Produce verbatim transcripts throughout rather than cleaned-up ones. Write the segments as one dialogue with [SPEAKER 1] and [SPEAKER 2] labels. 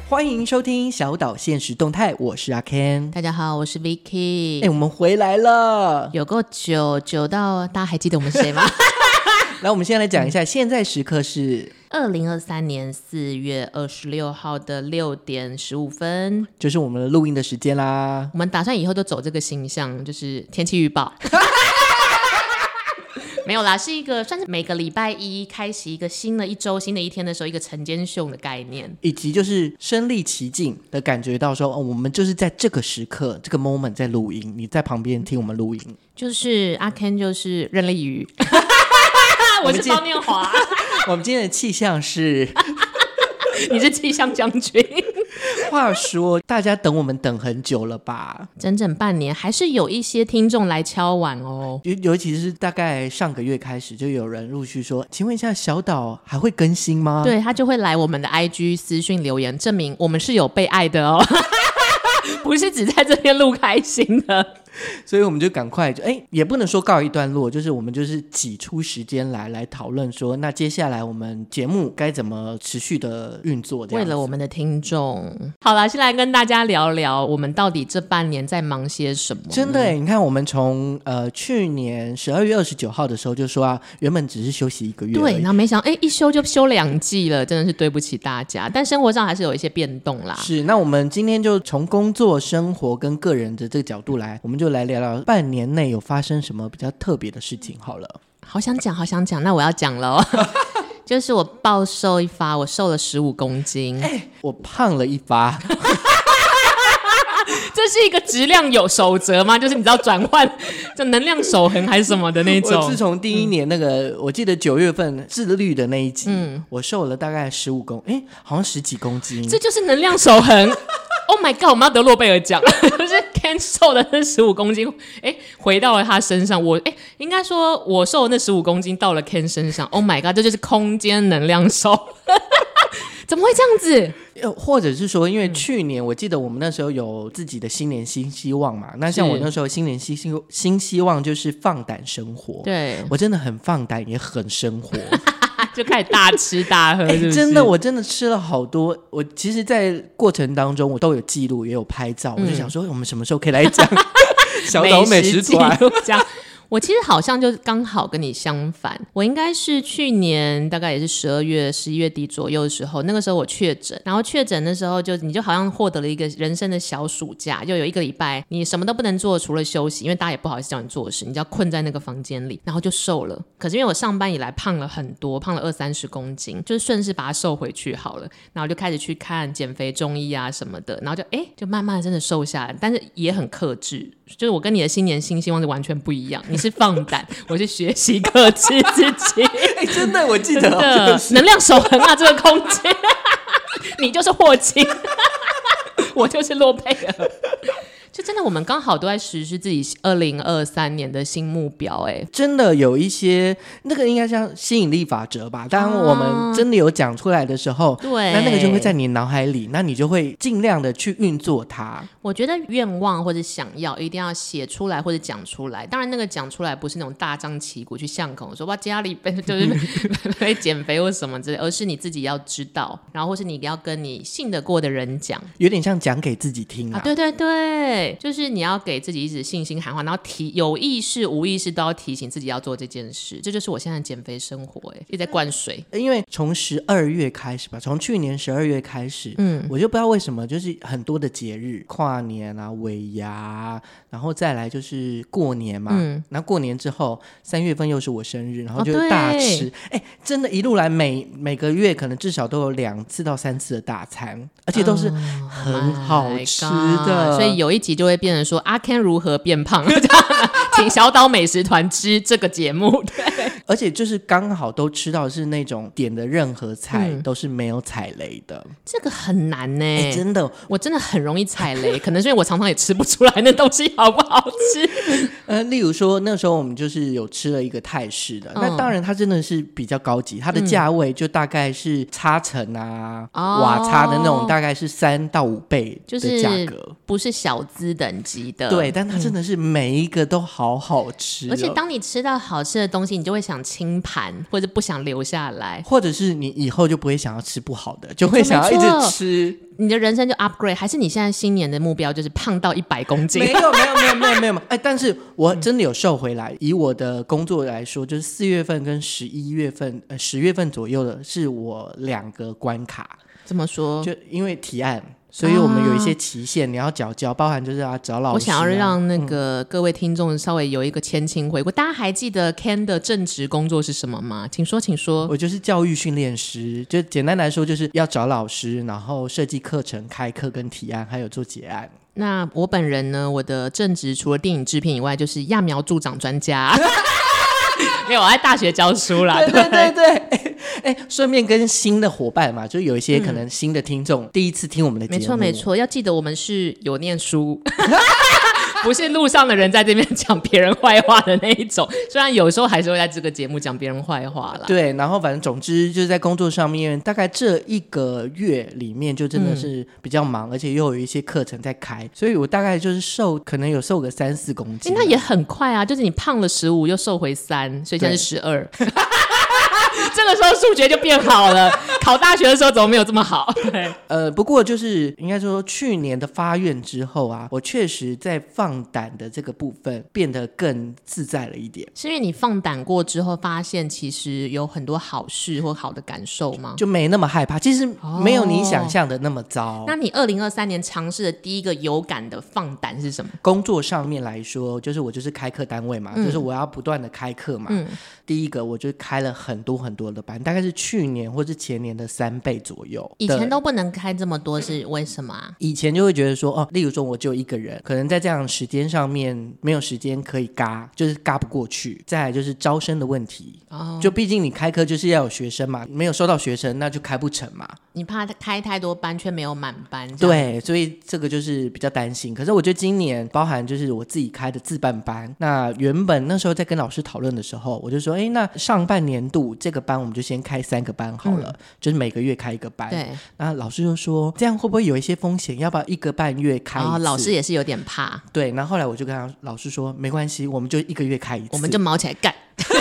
[SPEAKER 1] 欢迎收听小岛现实动态，我是阿 Ken。
[SPEAKER 2] 大家好，我是 Vicky。
[SPEAKER 1] 哎，我们回来了，
[SPEAKER 2] 有够久，久到大家还记得我们谁吗？
[SPEAKER 1] 来，我们先来讲一下，现在时刻是
[SPEAKER 2] 二零二三年四月二十六号的六点十五分，
[SPEAKER 1] 就是我们的录音的时间啦。
[SPEAKER 2] 我们打算以后都走这个形象，就是天气预报。没有啦，是一个算是每个礼拜一开启一个新的一周、新的一天的时候，一个晨间秀的概念，
[SPEAKER 1] 以及就是身临其境的感觉到说、哦、我们就是在这个时刻这个 moment 在录音，你在旁边听我们录音，
[SPEAKER 2] 就是阿 Ken 就是任丽瑜我是方念华
[SPEAKER 1] 我们今天的气象是
[SPEAKER 2] 你是气象将军
[SPEAKER 1] 话说大家等我们等很久了吧，
[SPEAKER 2] 整整半年，还是有一些听众来敲碗哦，
[SPEAKER 1] 尤尤其是大概上个月开始就有人陆续说，请问一下小岛还会更新吗？
[SPEAKER 2] 对，他就会来我们的 I G 私讯留言，证明我们是有被爱的哦不是只在这边录开心的。
[SPEAKER 1] 所以我们就赶快就哎，也不能说告一段落，就是我们就是挤出时间来来讨论说，那接下来我们节目该怎么持续的运作这样子，
[SPEAKER 2] 为了我们的听众。好啦，先来跟大家聊聊我们到底这半年在忙些什么。
[SPEAKER 1] 真的耶，你看我们从呃去年十二月二十九号的时候就说啊，原本只是休息一个月而已，
[SPEAKER 2] 对，然后没想到哎，一休就休两季了，真的是对不起大家，但生活上还是有一些变动啦。
[SPEAKER 1] 是，那我们今天就从工作生活跟个人的这个角度来，我们就来聊聊半年内有发生什么比较特别的事情好了。
[SPEAKER 2] 好想讲好想讲，那我要讲了哦就是我暴瘦一发，我瘦了十五公斤、
[SPEAKER 1] 欸、我胖了一发
[SPEAKER 2] 这是一个质量有守则吗？就是你知道转换就能量守恒还是什么的那种。
[SPEAKER 1] 我自从第一年那个、嗯、我记得九月份自律的那一集、嗯、我瘦了大概十五公哎，好像十几公斤，
[SPEAKER 2] 这就是能量守恒Oh my god， 我们要得诺贝尔奖就是 Ken 瘦的那十五公斤哎，回到了他身上，我哎，应该说我瘦的那十五公斤到了 Ken 身上 Oh my god， 这就是空间能量守怎么会这样子？
[SPEAKER 1] 或者是说因为去年我记得我们那时候有自己的新年新希望嘛，那像我那时候新年新希新希望就是放胆生活，
[SPEAKER 2] 对，
[SPEAKER 1] 我真的很放胆也很生活
[SPEAKER 2] 就开始大吃大喝是不是、欸、
[SPEAKER 1] 真的我真的吃了好多，我其实在过程当中我都有记录也有拍照、嗯、我就想说我们什么时候可以来讲小岛美食团
[SPEAKER 2] 我其实好像就刚好跟你相反，我应该是去年大概也是十二月十一月底左右的时候，那个时候我确诊，然后确诊的时候就你就好像获得了一个人生的小暑假，就有一个礼拜你什么都不能做除了休息，因为大家也不好意思叫你做事，你就要困在那个房间里，然后就瘦了。可是因为我上班以来胖了很多，胖了二三十公斤，就是顺势把它瘦回去好了，然后就开始去看减肥中医啊什么的，然后就哎就慢慢真的瘦下来，但是也很克制，就是我跟你的新年新希望是完全不一样，你是放胆我是学习克制自己
[SPEAKER 1] 哎、欸，真的我记得、哦、
[SPEAKER 2] 真的能量守恒啊这个空间你就是霍金我就是洛佩尔就真的我们刚好都在实施自己二零二三年的新目标、欸、
[SPEAKER 1] 真的有一些那个应该像吸引力法则吧，当我们真的有讲出来的时候、啊、
[SPEAKER 2] 对，
[SPEAKER 1] 那那个就会在你脑海里，那你就会尽量的去运作它。
[SPEAKER 2] 我觉得愿望或者想要一定要写出来或者讲出来，当然那个讲出来不是那种大张旗鼓去巷口说哇家里就是被减肥或什么之类，而是你自己要知道，然后或是你要跟你信得过的人讲，
[SPEAKER 1] 有点像讲给自己听 啊,
[SPEAKER 2] 啊对对对，就是你要给自己一直信心喊话，然后提有意识无意识都要提醒自己要做这件事，这就是我现在减肥生活，一直在灌水。
[SPEAKER 1] 因为从十二月开始吧，从去年十二月开始、嗯、我就不知道为什么就是很多的节日，跨年啊尾牙，然后再来就是过年嘛，嗯，然后过年之后三月份又是我生日，然后就大吃，哎、哦，真的一路来每每个月可能至少都有两次到三次的大餐，而且都是很好吃的、
[SPEAKER 2] oh、所以有一集就会变成说阿 Ken 如何变胖请小岛美食团吃这个节目，对，
[SPEAKER 1] 而且就是刚好都吃到是那种点的任何菜、嗯、都是没有踩雷的，
[SPEAKER 2] 这个很难呢、
[SPEAKER 1] 欸、真的
[SPEAKER 2] 我真的很容易踩雷可能是因为我常常也吃不出来那东西好不好吃
[SPEAKER 1] 呃，例如说那时候我们就是有吃了一个泰式的，嗯、那当然它真的是比较高级，它的价位就大概是叉层啊、嗯、瓦叉的那种，大概是三到五倍的价格，
[SPEAKER 2] 就是不是小资等级的。
[SPEAKER 1] 对，但它真的是每一个都好好吃、哦嗯，
[SPEAKER 2] 而且当你吃到好吃的东西，你就会想清盘，或者不想留下来，
[SPEAKER 1] 或者是你以后就不会想要吃不好的，就会想要一直吃。
[SPEAKER 2] 你的人生就 upgrade， 还是你现在新年的目标就是胖到一百公斤？
[SPEAKER 1] 没有没有没有没有没有，哎，但是我真的有瘦回来。以我的工作来说，就是四月份跟十一月份，呃，十月份左右的是我两个关卡。
[SPEAKER 2] 怎么说？
[SPEAKER 1] 就因为提案。所以我们有一些期限、啊、你要缴交，包含就是要找老师、啊、
[SPEAKER 2] 我想要让那个各位听众稍微有一个前情回顾、嗯、大家还记得 Ken 的正职工作是什么吗？请说请说。
[SPEAKER 1] 我就是教育训练师，就简单来说就是要找老师，然后设计课程、开课跟提案，还有做结案。
[SPEAKER 2] 那我本人呢，我的正职除了电影制片以外，就是揠苗助长专家没有，我在大学教书啦。
[SPEAKER 1] 对对对对，哎，顺便跟新的伙伴嘛，就有一些可能新的听众、嗯、第一次听我们的节目，
[SPEAKER 2] 没错没错，要记得我们是有念书不是路上的人在这边讲别人坏话的那一种，虽然有时候还是会在这个节目讲别人坏话啦。
[SPEAKER 1] 对，然后反正总之就是在工作上面，大概这一个月里面就真的是比较忙、嗯、而且又有一些课程在开，所以我大概就是瘦，可能有瘦个三四公斤。
[SPEAKER 2] 那也很快啊，就是你胖了十五又瘦回三，所以现在是十二这个时候数学就变好了，考大学的时候怎么没有这么好？
[SPEAKER 1] 呃，不过就是应该说去年的发愿之后啊，我确实在放胆的这个部分变得更自在了一点。
[SPEAKER 2] 是因为你放胆过之后发现其实有很多好事或好的感受吗？
[SPEAKER 1] 就没那么害怕，其实没有你想象的那么糟、哦、
[SPEAKER 2] 那你二零二三年尝试的第一个有感的放胆是什么？
[SPEAKER 1] 工作上面来说，就是我就是开课单位嘛、嗯、就是我要不断的开课嘛、嗯、第一个我就开了很多很多的班，大概是去年或是前年的三倍左右。
[SPEAKER 2] 以前都不能开这么多是为什么啊？
[SPEAKER 1] 以前就会觉得说哦，例如说我只有一个人，可能在这样的时间上面没有时间可以嘎，就是嘎不过去。再来就是招生的问题、哦、就毕竟你开课就是要有学生嘛，没有收到学生那就开不成嘛，
[SPEAKER 2] 你怕开太多班却没有满班。
[SPEAKER 1] 对，所以这个就是比较担心。可是我觉得今年包含就是我自己开的自办班，那原本那时候在跟老师讨论的时候，我就说哎，那上半年度这个班我们就先开三个班好了、嗯、就是每个月开一个班。
[SPEAKER 2] 对，
[SPEAKER 1] 然后老师就说这样会不会有一些风险，要不要一个半月开一次、哦、
[SPEAKER 2] 老师也是有点怕。
[SPEAKER 1] 对，然后后来我就跟他老师说没关系，我们就一个月开一次，
[SPEAKER 2] 我们就毛起来干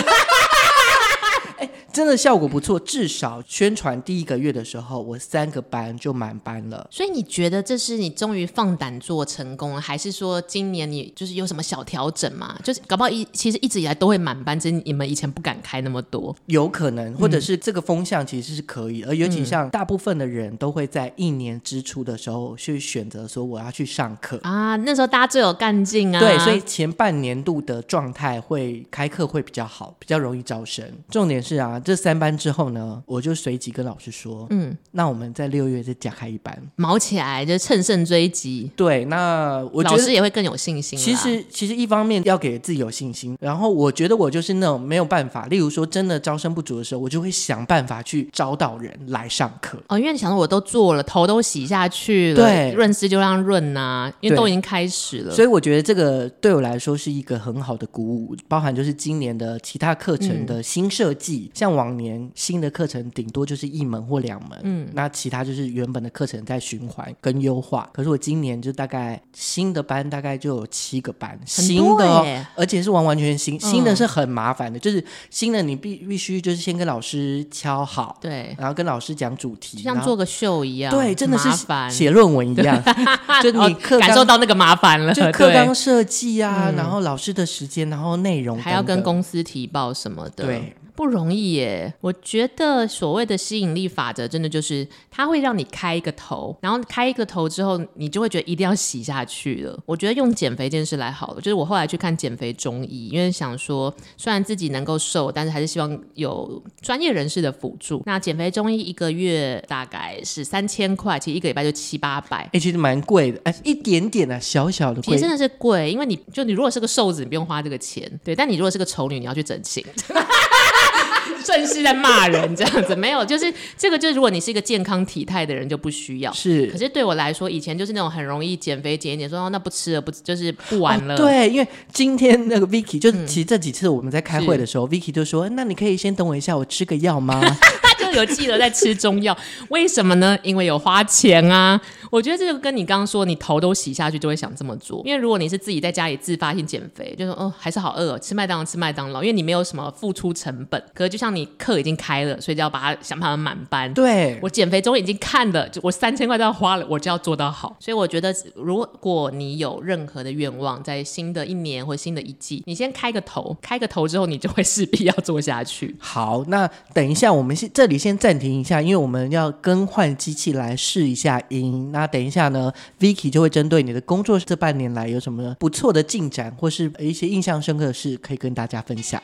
[SPEAKER 1] 真的效果不错，至少宣传第一个月的时候我三个班就满班了。
[SPEAKER 2] 所以你觉得这是你终于放胆做成功了，还是说今年你就是有什么小调整吗？就是搞不好一其实一直以来都会满班，只是你们以前不敢开那么多。
[SPEAKER 1] 有可能，或者是这个风向其实是可以、嗯、而尤其像大部分的人都会在一年之初的时候去选择说我要去上课
[SPEAKER 2] 啊，那时候大家最有干劲啊。
[SPEAKER 1] 对，所以前半年度的状态会开课会比较好，比较容易招生。重点是啊，这三班之后呢，我就随即跟老师说嗯，那我们在六月再加开一班，
[SPEAKER 2] 毛起来就乘胜追击。
[SPEAKER 1] 对，那我觉得
[SPEAKER 2] 老师也会更有信心啦。
[SPEAKER 1] 其实其实一方面要给自己有信心，然后我觉得我就是那种没有办法，例如说真的招生不足的时候，我就会想办法去招到人来上课。
[SPEAKER 2] 哦，因为你想说我都做了，头都洗下去了，对，润丝就让润啊，因为都已经开始了。
[SPEAKER 1] 所以我觉得这个对我来说是一个很好的鼓舞，包含就是今年的其他课程的新设计、嗯、像往年新的课程顶多就是一门或两门，嗯，那其他就是原本的课程在循环跟优化。可是我今年就大概新的班大概就有七个班，新的、哦、而且是完完全全新、嗯、新的是很麻烦的，就是新的你必必须就是先跟老师敲好，对，然后跟老师讲主题，
[SPEAKER 2] 就像做个秀一样，
[SPEAKER 1] 对，真的是写论文一样就你课
[SPEAKER 2] 感受到那个麻烦了，
[SPEAKER 1] 就课纲设计啊、嗯、然后老师的时间，然后内容等等
[SPEAKER 2] 还要跟公司提报什么的，
[SPEAKER 1] 对，
[SPEAKER 2] 不容易耶。我觉得所谓的吸引力法则真的就是它会让你开一个头，然后开一个头之后你就会觉得一定要洗下去了。我觉得用减肥这件事来好了，就是我后来去看减肥中医，因为想说虽然自己能够瘦，但是还是希望有专业人士的辅助。那减肥中医一个月大概是三千块，其实一个礼拜就七八百，
[SPEAKER 1] 哎、欸，其实蛮贵的，哎、欸，一点点啊，小小的贵，
[SPEAKER 2] 其实真的是贵，因为你就你如果是个瘦子，你不用花这个钱，对，但你如果是个丑女，你要去整形顺势在骂人这样子。没有，就是这个，就如果你是一个健康体态的人就不需要。
[SPEAKER 1] 是，
[SPEAKER 2] 可是对我来说，以前就是那种很容易减肥减一点，说哦那不吃了，不就是不玩了。
[SPEAKER 1] 哦、对，因为今天那个 Vicky 就是、嗯、其实这几次我们在开会的时候 ，Vicky 就说：“那你可以先等我一下，我吃个药吗？”
[SPEAKER 2] 他就有记得在吃中药，为什么呢？因为有花钱啊。我觉得这个跟你刚刚说，你头都洗下去就会想这么做。因为如果你是自己在家里自发性减肥，就说哦还是好饿哦，吃麦当劳吃麦当劳，因为你没有什么付出成本。可是就像你课已经开了，所以就要把它想办法满班。
[SPEAKER 1] 对，
[SPEAKER 2] 我减肥中已经看了，就我三千块都要花了，我就要做到好。所以我觉得，如果你有任何的愿望，在新的一年或新的一季，你先开个头，开个头之后，你就会势必要做下去。
[SPEAKER 1] 好，那等一下我们这里先暂停一下，因为我们要更换机器来试一下音。那等一下呢 Vicky 就会针对你的工作这半年来有什么不错的进展，或是一些印象深刻的事可以跟大家分享。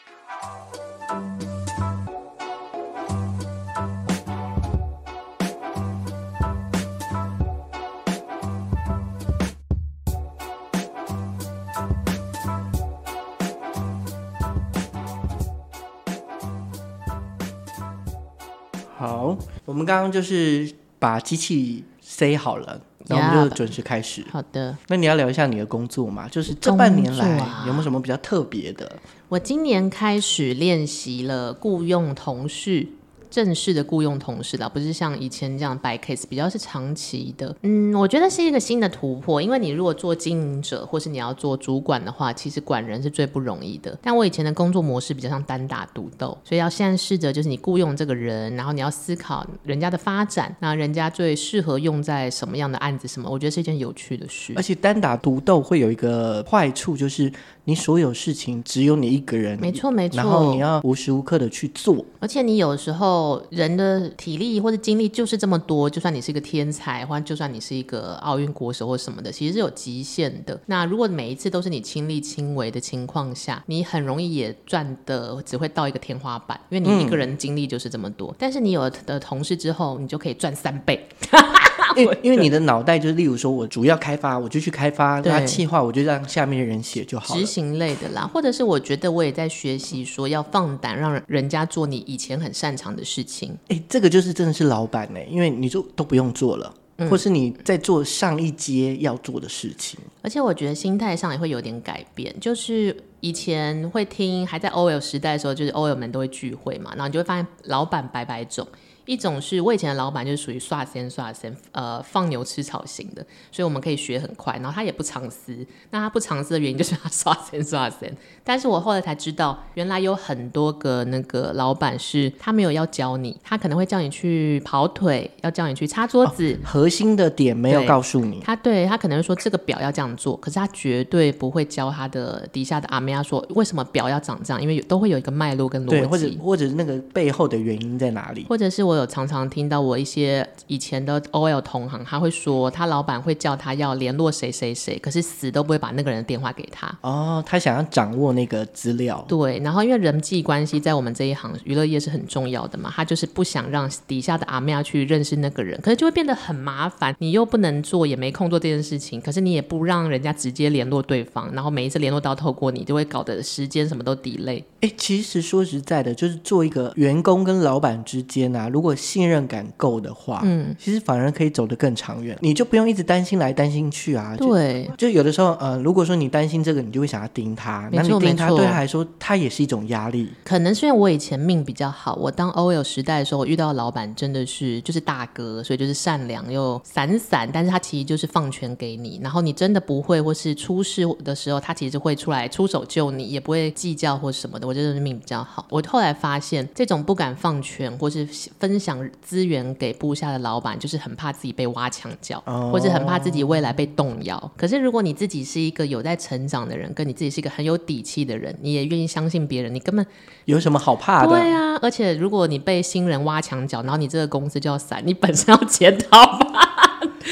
[SPEAKER 1] 好，我们刚刚就是把机器塞好了，那我们就准时开始。
[SPEAKER 2] 好的，
[SPEAKER 1] 那你要聊一下你的工作嘛？就是这半年来有没有什么比较特别的？
[SPEAKER 2] 我今年开始练习了雇用同事，正式的雇用同事啦，不是像以前这样白 case， 比较是长期的。嗯，我觉得是一个新的突破，因为你如果做经营者或是你要做主管的话，其实管人是最不容易的。但我以前的工作模式比较像单打独斗，所以要现在试着就是你雇用这个人，然后你要思考人家的发展，那人家最适合用在什么样的案子什么，我觉得是一件有趣的事。
[SPEAKER 1] 而且单打独斗会有一个坏处，就是你所有事情只有你一个人，
[SPEAKER 2] 没错没错，
[SPEAKER 1] 然后你要无时无刻的去做，
[SPEAKER 2] 而且你有时候人的体力或者精力就是这么多，就算你是一个天才，或者就算你是一个奥运国手或什么的，其实是有极限的。那如果每一次都是你亲力亲为的情况下，你很容易也赚的只会到一个天花板，因为你一个人精力就是这么多、嗯、但是你有的同事之后，你就可以赚三倍
[SPEAKER 1] 因, 为因为你的脑袋就是例如说我主要开发我就去开发，那企划我就让下面的人写就好了，
[SPEAKER 2] 执行类的啦。或者是我觉得我也在学习说要放胆让人家做你以前很擅长的事情。
[SPEAKER 1] 哎，这个就是真的是老板耶，因为你就都不用做了、嗯、或是你在做上一阶要做的事情。
[SPEAKER 2] 而且我觉得心态上也会有点改变，就是以前会听还在 O L 时代的时候，就是 O L 们都会聚会嘛，然后你就会发现老板百百种。一种是我以前的老板就是属于刷先刷先呃放牛吃草型的，所以我们可以学很快，然后他也不藏私。那他不藏私的原因就是他刷先刷先。但是我后来才知道，原来有很多个那个老板是他没有要教你，他可能会叫你去跑腿，要叫你去擦桌子、
[SPEAKER 1] 哦、核心的点没有告诉你。
[SPEAKER 2] 他对他可能会说这个表要这样做，可是他绝对不会教他的底下的阿妹亚说为什么表要长这样，因为都会有一个脉络跟逻辑，
[SPEAKER 1] 对，或者或者那个背后的原因在哪里，
[SPEAKER 2] 或者是我有常常听到我一些以前的 O L 同行，他会说他老板会叫他要联络谁谁谁，可是死都不会把那个人的电话给他。
[SPEAKER 1] 哦，他想要掌握那个资料。
[SPEAKER 2] 对，然后因为人际关系在我们这一行娱乐业是很重要的嘛，他就是不想让底下的阿妹去认识那个人，可是就会变得很麻烦，你又不能做也没空做这件事情，可是你也不让人家直接联络对方，然后每一次联络到透过你就会搞得时间什么都 delay。
[SPEAKER 1] 哎，其实说实在的，就是做一个员工跟老板之间啊，如果信任感够的话，嗯，其实反而可以走得更长远，你就不用一直担心来担心去啊。
[SPEAKER 2] 对，
[SPEAKER 1] 就, 就有的时候呃，如果说你担心这个，你就会想要盯他，那你盯他对他来说他也是一种压力。
[SPEAKER 2] 可能是因为我以前命比较好，我当 O L 时代的时候，我遇到的老板真的是就是大哥，所以就是善良又散散，但是他其实就是放权给你，然后你真的不会或是出事的时候，他其实会出来出手救你，也不会计较或什么的。我真的是命比较好。我后来发现这种不敢放权或是分享资源给部下的老板，就是很怕自己被挖墙脚、哦、或是很怕自己未来被动摇。可是如果你自己是一个有在成长的人，跟你自己是一个很有底气的人，你也愿意相信别人，你根本
[SPEAKER 1] 有什么好怕的？
[SPEAKER 2] 对啊，而且如果你被新人挖墙脚，然后你这个公司就要散，你本身要检讨吧。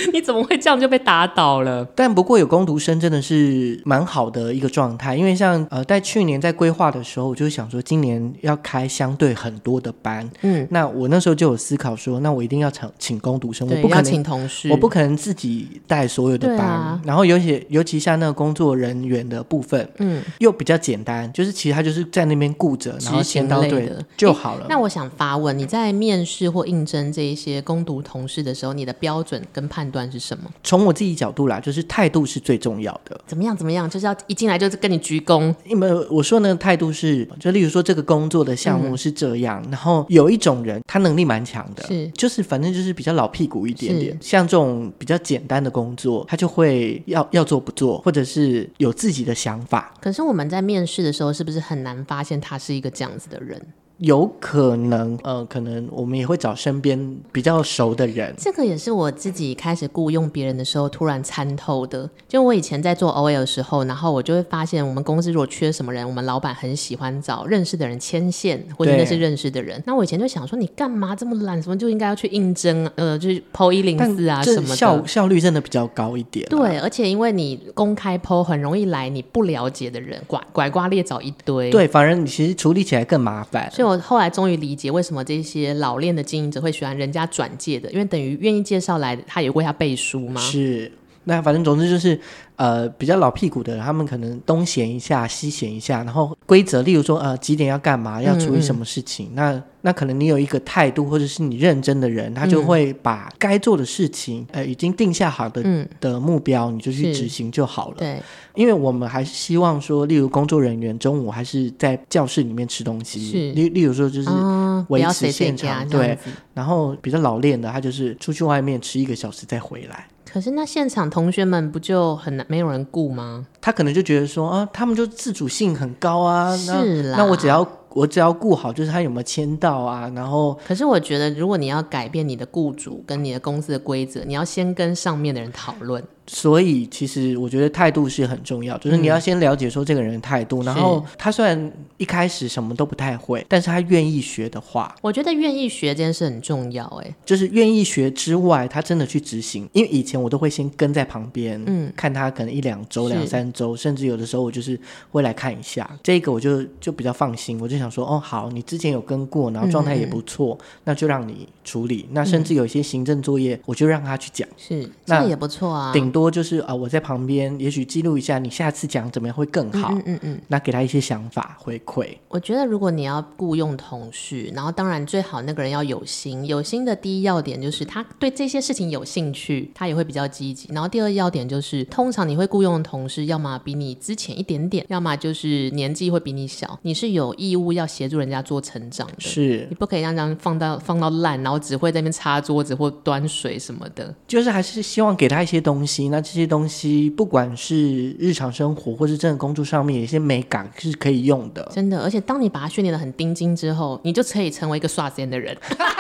[SPEAKER 2] 你怎么会这样就被打倒了？
[SPEAKER 1] 但不过有工读生真的是蛮好的一个状态，因为像呃在去年在规划的时候，我就想说今年要开相对很多的班，嗯，那我那时候就有思考说，那我一定要请请工读生，我不可能
[SPEAKER 2] 请同事，
[SPEAKER 1] 我不可能自己带所有的班，啊、然后尤其尤其像那个工作人员的部分，嗯，又比较简单，就是其实他就是在那边顾着，然后先到队就好了。
[SPEAKER 2] 那我想发问，你在面试或应征这一些工读同事的时候，你的标准跟判断是什么？
[SPEAKER 1] 从我自己角度啦，就是态度是最重要的。
[SPEAKER 2] 怎么样怎么样？就是要一进来就是跟你鞠躬？
[SPEAKER 1] 因为我说那个态度是，就例如说这个工作的项目是这样，嗯、然后有一种人他能力蛮强的，
[SPEAKER 2] 是
[SPEAKER 1] 就是反正就是比较老屁股一点点，像这种比较简单的工作，他就会要要做不做，或者是有自己的想法。
[SPEAKER 2] 可是我们在面试的时候，是不是很难发现他是一个这样子的人？
[SPEAKER 1] 有可能呃，可能我们也会找身边比较熟的人。
[SPEAKER 2] 这个也是我自己开始雇佣别人的时候突然参透的。就我以前在做 O L 的时候，然后我就会发现我们公司如果缺什么人，我们老板很喜欢找认识的人牵线，或者那是认识的人。那我以前就想说，你干嘛这么懒？什么就应该要去应征，呃，就是 P O 一零四啊什么的，
[SPEAKER 1] 效效率真的比较高一点、啊。
[SPEAKER 2] 对，而且因为你公开 P O 很容易来你不了解的人，拐拐瓜裂枣一堆。
[SPEAKER 1] 对，反而你其实处理起来更麻烦。
[SPEAKER 2] 所以我后来终于理解为什么这些老练的经营者会喜欢人家转介的，因为等于愿意介绍来的，他也为他背书嘛。
[SPEAKER 1] 是，那反正总之就是呃比较老屁股的人，他们可能东嫌一下西嫌一下，然后规则例如说呃几点要干嘛，要处理什么事情，嗯嗯那那可能你有一个态度或者是你认真的人，他就会把该做的事情、嗯、呃已经定下好的、嗯、的目标你就去执行就好了。
[SPEAKER 2] 对，
[SPEAKER 1] 因为我们还是希望说例如工作人员中午还是在教室里面吃东西，例例如说就是维持现场、嗯、对，然后比较老练的他就是出去外面吃一个小时再回来。
[SPEAKER 2] 可是那现场同学们不就很难没有人顾吗？
[SPEAKER 1] 他可能就觉得说啊，他们就自主性很高啊，
[SPEAKER 2] 是啦，
[SPEAKER 1] 那我只要我只要顾好就是他有没有签到啊，然后
[SPEAKER 2] 可是我觉得如果你要改变你的雇主跟你的公司的规则，你要先跟上面的人讨论。
[SPEAKER 1] 所以其实我觉得态度是很重要，就是你要先了解说这个人的态度、嗯、然后他虽然一开始什么都不太会，但是他愿意学的话，
[SPEAKER 2] 我觉得愿意学这件事很重要。欸，
[SPEAKER 1] 就是愿意学之外他真的去执行。因为以前我都会先跟在旁边、嗯、看他可能一两周两三周，甚至有的时候我就是会来看一下，这个我就就比较放心，我就想说哦好，你之前有跟过，然后状态也不错、嗯、那就让你处理。那甚至有一些行政作业、嗯、我就让他去讲，
[SPEAKER 2] 是这个也不错啊。
[SPEAKER 1] 顶多就是啊、呃，我在旁边也许记录一下你下次讲怎么样会更好，嗯嗯嗯，那给他一些想法回馈。
[SPEAKER 2] 我觉得如果你要雇用同事，然后当然最好那个人要有心，有心的第一要点就是他对这些事情有兴趣，他也会比较积极。然后第二要点就是通常你会雇用的同事要么比你之前一点点，要么就是年纪会比你小，你是有义务要协助人家做成长的，
[SPEAKER 1] 是
[SPEAKER 2] 你不可以让这样放到放到烂，然后只会在那边擦桌子或端水什么的，
[SPEAKER 1] 就是还是希望给他一些东西。那这些东西不管是日常生活或是真的工作上面有一些美感是可以用的，
[SPEAKER 2] 真的。而且当你把他训练得很钉精之后，你就可以成为一个刷钱的人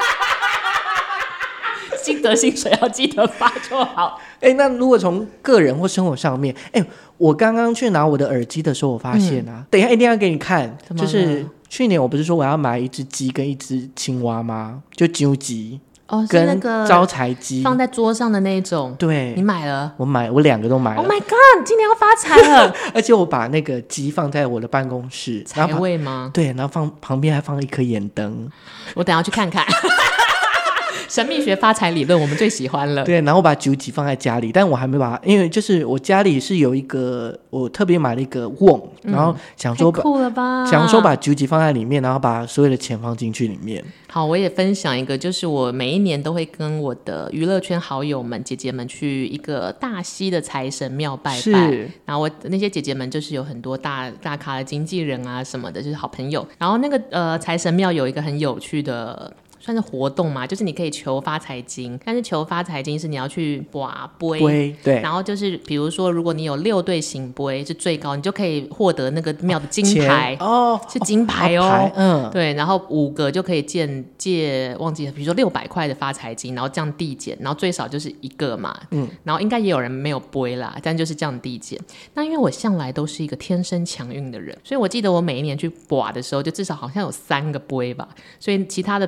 [SPEAKER 2] 记得薪水要记得发就好。
[SPEAKER 1] 欸，那如果从个人或生活上面，欸，我刚刚去拿我的耳机的时候我发现啊、嗯、等一下一定要给你看，就是去年我不是说我要买一只鸡跟一只青蛙吗？就鸠鸡
[SPEAKER 2] 哦，是那个
[SPEAKER 1] 招财鸡
[SPEAKER 2] 放在桌上的那种。
[SPEAKER 1] 对，
[SPEAKER 2] 你买了？
[SPEAKER 1] 我买，我两个都买了。
[SPEAKER 2] Oh my god， 今年要发财了！
[SPEAKER 1] 而且我把那个鸡放在我的办公室，
[SPEAKER 2] 财位吗？
[SPEAKER 1] 对，然后放旁边还放了一颗眼灯，
[SPEAKER 2] 我等一下去看看。神秘学发财理论我们最喜欢了。
[SPEAKER 1] 对，然后我把酒几放在家里，但我还没把它，因为就是我家里是有一个，我特别买了一个瓮、嗯、然后想说把
[SPEAKER 2] 太酷了吧，
[SPEAKER 1] 想说把酒几放在里面，然后把所有的钱放进去里面。
[SPEAKER 2] 好，我也分享一个，就是我每一年都会跟我的娱乐圈好友们姐姐们去一个大溪的财神庙拜拜，然后我那些姐姐们就是有很多大大咖的经纪人啊什么的，就是好朋友。然后那个呃财神庙有一个很有趣的算是活动嘛，就是你可以求发财金，但是求发财金是你要去拔杯，
[SPEAKER 1] 对，
[SPEAKER 2] 然后就是比如说如果你有六对醒杯是最高，你就可以获得那个庙的金牌
[SPEAKER 1] 哦，
[SPEAKER 2] 是金牌哦，
[SPEAKER 1] 牌嗯，
[SPEAKER 2] 对，然后五个就可以借借忘记了，比如说六百块的发财金，然后这样递减，然后最少就是一个嘛，嗯，然后应该也有人没有杯啦，但就是这样递减。那因为我向来都是一个天生强运的人，所以我记得我每一年去拔的时候，就至少好像有三个杯吧，所以其他的朋友在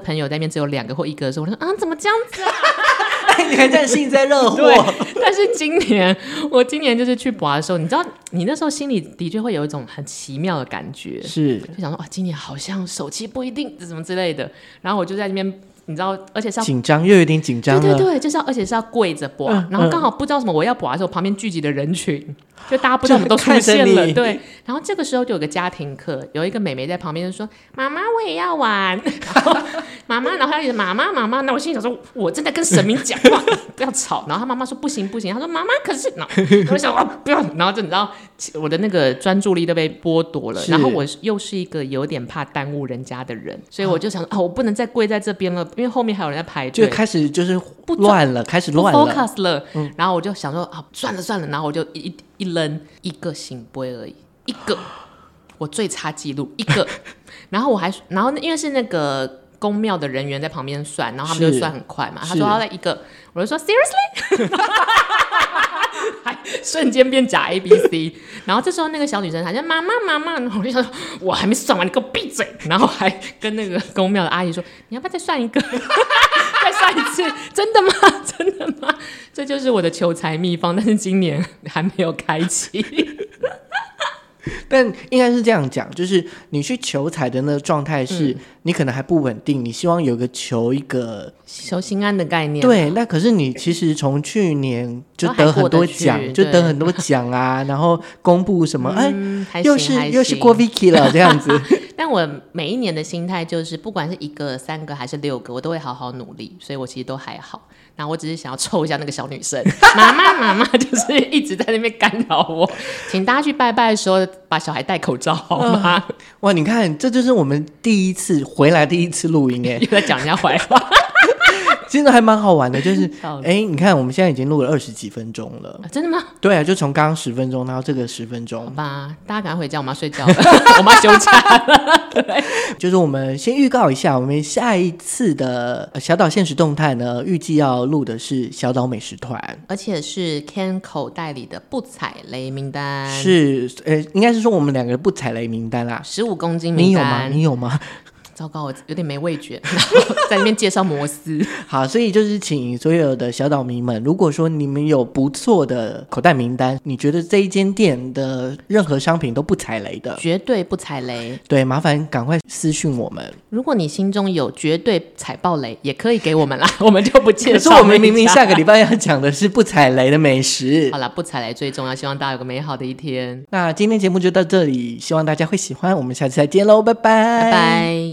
[SPEAKER 2] 面只有两个或一个的时候，我说啊怎么这样子啊
[SPEAKER 1] 你还在幸灾乐祸。
[SPEAKER 2] 对，但是今年我今年就是去拔的时候，你知道你那时候心里的确会有一种很奇妙的感觉，
[SPEAKER 1] 是
[SPEAKER 2] 就想说啊今年好像手气不一定什么之类的，然后我就在那边你知道，而且是要
[SPEAKER 1] 紧张，又有点紧张了。
[SPEAKER 2] 对对对，就是要，而且是要跪着拔、嗯，然后刚好不知道什么我要拔的时候，旁边聚集的人群，就大家不知道我们都出现了，对。然后这个时候就有个家庭课，有一个妹妹在旁边就说：“妈妈，我也要玩。”妈妈，然后她一直妈妈妈妈，那我心里想说，我正在跟神明讲话，不要吵。然后她妈妈说：“不行不行。”她说：“妈妈，可是……”然后我想啊，不要。然后就你知道，我的那个专注力都被剥夺了。然后我又是一个有点怕耽误人家的人，所以我就想啊，我不能再跪在这边了，因为后面还有人在排队，
[SPEAKER 1] 就开始就是乱了，开始乱了
[SPEAKER 2] ，focus 了、嗯。然后我就想说啊，算了算了，然后我就一一扔一个醒杯而已，一个，我最差记录一个。然后我还，然后因为是那个宫庙的人员在旁边算，然后他们就算很快嘛。他说他在一个，我就说 seriously， 还瞬间变假 A B C。然后这时候那个小女生还在妈妈妈妈，然后我就想我还没算完，你给我闭嘴。然后还跟那个宫庙的阿姨说，你要不要再算一个？再算一次？真的吗？真的吗？这就是我的求财秘方，但是今年还没有开启。
[SPEAKER 1] 但应该是这样讲，就是你去求财的那个状态是、嗯、你可能还不稳定，你希望有个求一个
[SPEAKER 2] 求心安的概念。
[SPEAKER 1] 对，那可是你其实从去年就得很多奖，就得很多奖啊，然后公布什么，
[SPEAKER 2] 嗯、
[SPEAKER 1] 哎，又是又是过 Vicky 了这样子。
[SPEAKER 2] 但我每一年的心态就是，不管是一个、三个还是六个，我都会好好努力，所以我其实都还好。然后我只是想要凑一下那个小女生，妈妈妈妈就是一直在那边干扰我。请大家去拜拜的时候把小孩戴口罩好吗？
[SPEAKER 1] 呃、哇，你看，这就是我们第一次回来第一次录音哎，
[SPEAKER 2] 又在讲人家坏话。
[SPEAKER 1] 真的还蛮好玩的，就是哎，你看我们现在已经录了二十几分钟了、
[SPEAKER 2] 啊、真的吗？
[SPEAKER 1] 对啊，就从刚刚十分钟到这个十分钟。
[SPEAKER 2] 好吧，大家赶快回家，我们要睡觉了，我们要休假了。对，
[SPEAKER 1] 就是我们先预告一下，我们下一次的小岛限时动态呢，预计要录的是小岛美食团，
[SPEAKER 2] 而且是 Ken 口袋里的不踩雷名单。
[SPEAKER 1] 是，呃，应该是说我们两个不踩雷名单啦，
[SPEAKER 2] 十五公斤名单。
[SPEAKER 1] 你有吗？你有吗？
[SPEAKER 2] 糟糕，我有点没味觉，然后在那边介绍摩斯。
[SPEAKER 1] 好，所以就是请所有的小岛迷们，如果说你们有不错的口袋名单，你觉得这一间店的任何商品都不踩雷的，
[SPEAKER 2] 绝对不踩雷，
[SPEAKER 1] 对，麻烦赶快私讯我们。
[SPEAKER 2] 如果你心中有绝对踩爆雷，也可以给我们啦，我们就不介绍。
[SPEAKER 1] 可是我们明明下个礼拜要讲的是不踩雷的美食。
[SPEAKER 2] 好啦，不踩雷最重要，希望大家有个美好的一天。
[SPEAKER 1] 那今天节目就到这里，希望大家会喜欢，我们下次再见喽，拜拜，
[SPEAKER 2] 拜拜。